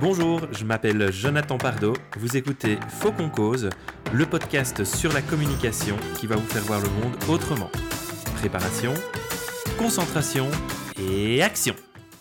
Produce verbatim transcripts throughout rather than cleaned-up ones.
Bonjour, je m'appelle Jonathan Pardo, vous écoutez Faut qu'on cause, le podcast sur la communication qui va vous faire voir le monde autrement. Préparation, concentration et action.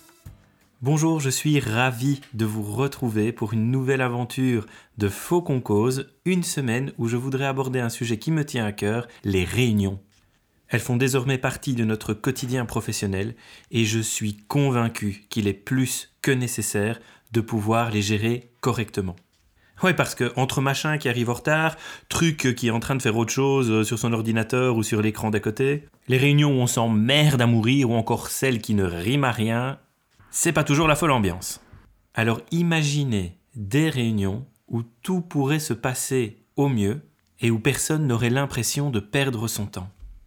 Bonjour, je suis ravi de vous retrouver pour une nouvelle aventure de Faut qu'on cause, une semaine où je voudrais aborder un sujet qui me tient à cœur, les réunions. Elles font désormais partie de notre quotidien professionnel et je suis convaincu qu'il est plus que nécessaire de pouvoir les gérer correctement. Ouais, parce que entre machin qui arrive en retard, truc qui est en train de faire autre chose sur son ordinateur ou sur l'écran d'à côté, les réunions où on s'emmerde à mourir ou encore celles qui ne riment à rien, c'est pas toujours la folle ambiance. Alors imaginez des réunions où tout pourrait se passer au mieux et où personne n'aurait l'impression de perdre son temps.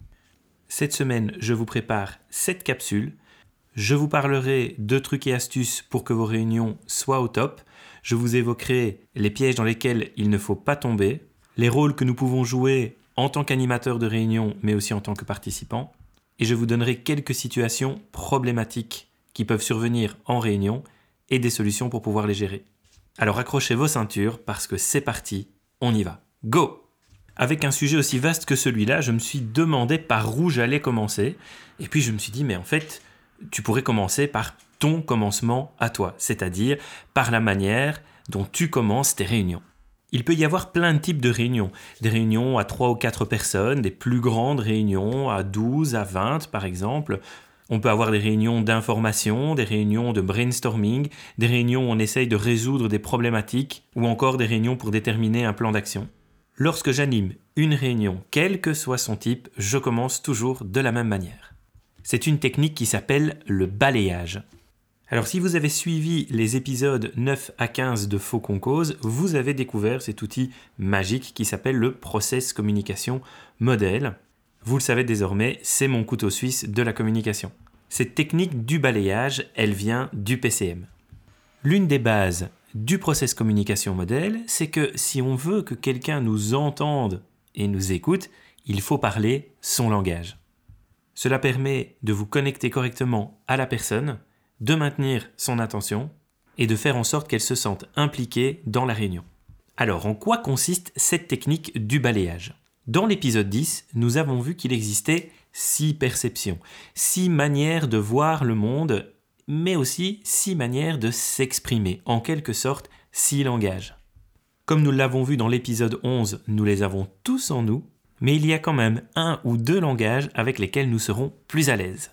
Cette semaine, je vous prépare sept capsules. Je vous parlerai de trucs et astuces pour que vos réunions soient au top. Je vous évoquerai les pièges dans lesquels il ne faut pas tomber, les rôles que nous pouvons jouer en tant qu'animateur de réunion, mais aussi en tant que participant. Et je vous donnerai quelques situations problématiques qui peuvent survenir en réunion et des solutions pour pouvoir les gérer. Alors accrochez vos ceintures parce que c'est parti, on y va. Go! Avec un sujet aussi vaste que celui-là, je me suis demandé par où j'allais commencer. Et puis je me suis dit, mais en fait, tu pourrais commencer par ton commencement à toi, c'est-à-dire par la manière dont tu commences tes réunions. Il peut y avoir plein de types de réunions. Des réunions à trois ou quatre personnes, des plus grandes réunions à douze, à vingt par exemple. On peut avoir des réunions d'information, des réunions de brainstorming, des réunions où on essaye de résoudre des problématiques ou encore des réunions pour déterminer un plan d'action. Lorsque j'anime une réunion, quel que soit son type, je commence toujours de la même manière. C'est une technique qui s'appelle le balayage. Alors si vous avez suivi les épisodes neuf à quinze de Faut qu'on cause, vous avez découvert cet outil magique qui s'appelle le Process Communication Model. Vous le savez désormais, c'est mon couteau suisse de la communication. Cette technique du balayage, elle vient du P C M. L'une des bases du Process Communication Model, c'est que si on veut que quelqu'un nous entende et nous écoute, il faut parler son langage. Cela permet de vous connecter correctement à la personne, de maintenir son attention et de faire en sorte qu'elle se sente impliquée dans la réunion. Alors, en quoi consiste cette technique du balayage ? Dans l'épisode dix, nous avons vu qu'il existait six perceptions, six manières de voir le monde, mais aussi six manières de s'exprimer, en quelque sorte six langages. Comme nous l'avons vu dans l'épisode onze, nous les avons tous en nous, mais il y a quand même un ou deux langages avec lesquels nous serons plus à l'aise.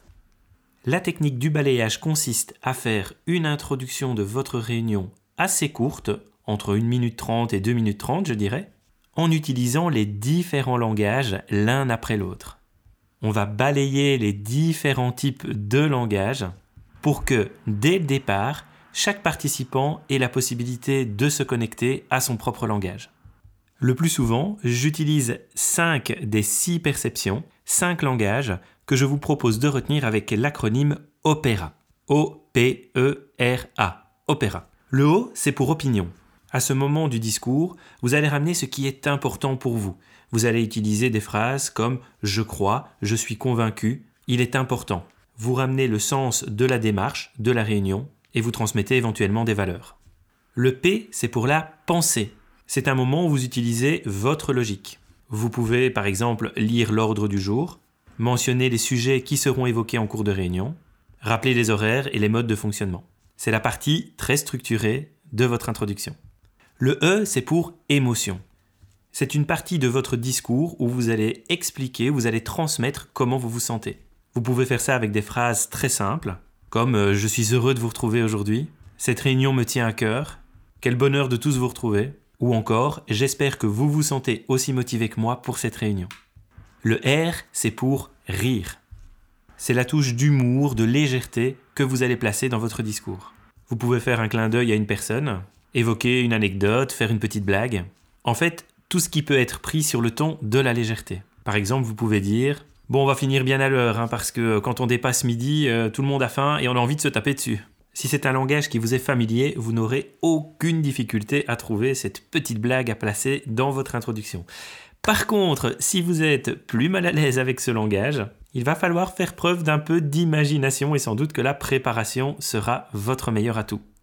La technique du balayage consiste à faire une introduction de votre réunion assez courte, entre une minute trente et deux minutes trente je dirais, en utilisant les différents langages l'un après l'autre. On va balayer les différents types de langages pour que, dès le départ, chaque participant ait la possibilité de se connecter à son propre langage. Le plus souvent, j'utilise cinq des six perceptions, cinq langages que je vous propose de retenir avec l'acronyme OPERA. O P E R A. OPERA. Le O, c'est pour opinion. À ce moment du discours, vous allez ramener ce qui est important pour vous. Vous allez utiliser des phrases comme « je crois »,« je suis convaincu »,« il est important ». Vous ramenez le sens de la démarche, de la réunion, et vous transmettez éventuellement des valeurs. Le P, c'est pour la pensée. C'est un moment où vous utilisez votre logique. Vous pouvez, par exemple, lire l'ordre du jour, mentionner les sujets qui seront évoqués en cours de réunion, rappeler les horaires et les modes de fonctionnement. C'est la partie très structurée de votre introduction. Le E, c'est pour émotion. C'est une partie de votre discours où vous allez expliquer, vous allez transmettre comment vous vous sentez. Vous pouvez faire ça avec des phrases très simples, comme euh, « Je suis heureux de vous retrouver aujourd'hui »,« Cette réunion me tient à cœur »,« Quel bonheur de tous vous retrouver », ou encore « J'espère que vous vous sentez aussi motivé que moi pour cette réunion ». Le R, c'est pour rire. C'est la touche d'humour, de légèreté que vous allez placer dans votre discours. Vous pouvez faire un clin d'œil à une personne, évoquer une anecdote, faire une petite blague. En fait, tout ce qui peut être pris sur le ton de la légèreté. Par exemple, vous pouvez dire « Bon, on va finir bien à l'heure, hein, parce que quand on dépasse midi, euh, tout le monde a faim et on a envie de se taper dessus. » Si c'est un langage qui vous est familier, vous n'aurez aucune difficulté à trouver cette petite blague à placer dans votre introduction. Par contre, si vous êtes plus mal à l'aise avec ce langage, il va falloir faire preuve d'un peu d'imagination et sans doute que la préparation sera votre meilleur atout.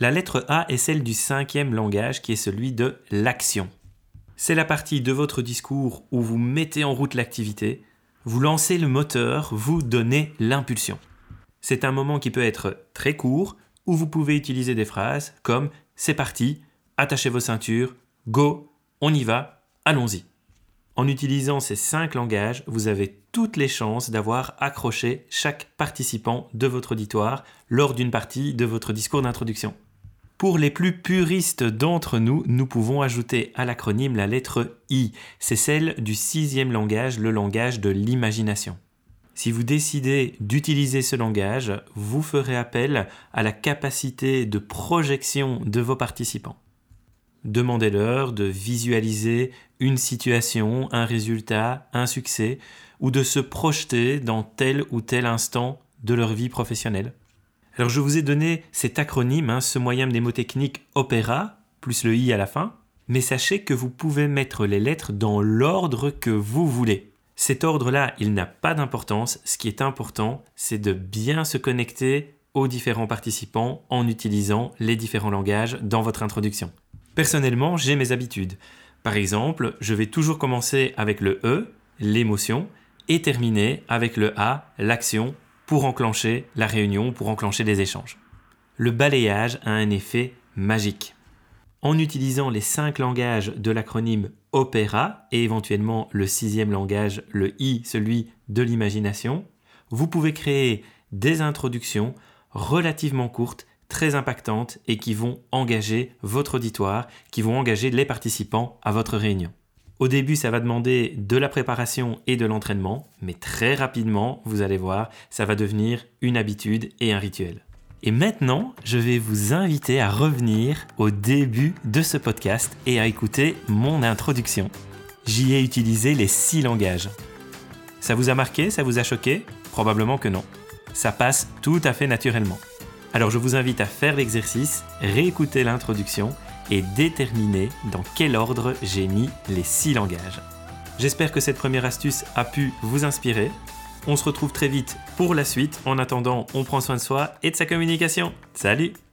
La lettre A est celle du cinquième langage qui est celui de l'action. C'est la partie de votre discours où vous mettez en route l'activité, vous lancez le moteur, vous donnez l'impulsion. C'est un moment qui peut être très court, où vous pouvez utiliser des phrases comme « c'est parti »,« attachez vos ceintures »,« go »,« on y va »,« allons-y ». En utilisant ces cinq langages, vous avez toutes les chances d'avoir accroché chaque participant de votre auditoire lors d'une partie de votre discours d'introduction. Pour les plus puristes d'entre nous, nous pouvons ajouter à l'acronyme la lettre I. C'est celle du sixième langage, le langage de l'imagination. Si vous décidez d'utiliser ce langage, vous ferez appel à la capacité de projection de vos participants. Demandez-leur de visualiser une situation, un résultat, un succès, ou de se projeter dans tel ou tel instant de leur vie professionnelle. Alors je vous ai donné cet acronyme, hein, ce moyen mnémotechnique Opéra, plus le I à la fin, mais sachez que vous pouvez mettre les lettres dans l'ordre que vous voulez. Cet ordre-là, il n'a pas d'importance. Ce qui est important, c'est de bien se connecter aux différents participants en utilisant les différents langages dans votre introduction. Personnellement, j'ai mes habitudes. Par exemple, je vais toujours commencer avec le E, l'émotion, et terminer avec le A, l'action, pour enclencher la réunion, pour enclencher les échanges. Le balayage a un effet magique. En utilisant les cinq langages de l'acronyme Opéra et éventuellement le sixième langage, le I, celui de l'imagination, vous pouvez créer des introductions relativement courtes, très impactantes et qui vont engager votre auditoire, qui vont engager les participants à votre réunion. Au début, ça va demander de la préparation et de l'entraînement, mais très rapidement, vous allez voir, ça va devenir une habitude et un rituel. Et maintenant, je vais vous inviter à revenir au début de ce podcast et à écouter mon introduction. J'y ai utilisé les six langages. Ça vous a marqué? Ça vous a choqué? Probablement que non. Ça passe tout à fait naturellement. Alors je vous invite à faire l'exercice, réécouter l'introduction et déterminer dans quel ordre j'ai mis les six langages. J'espère que cette première astuce a pu vous inspirer. On se retrouve très vite pour la suite. En attendant, on prend soin de soi et de sa communication. Salut!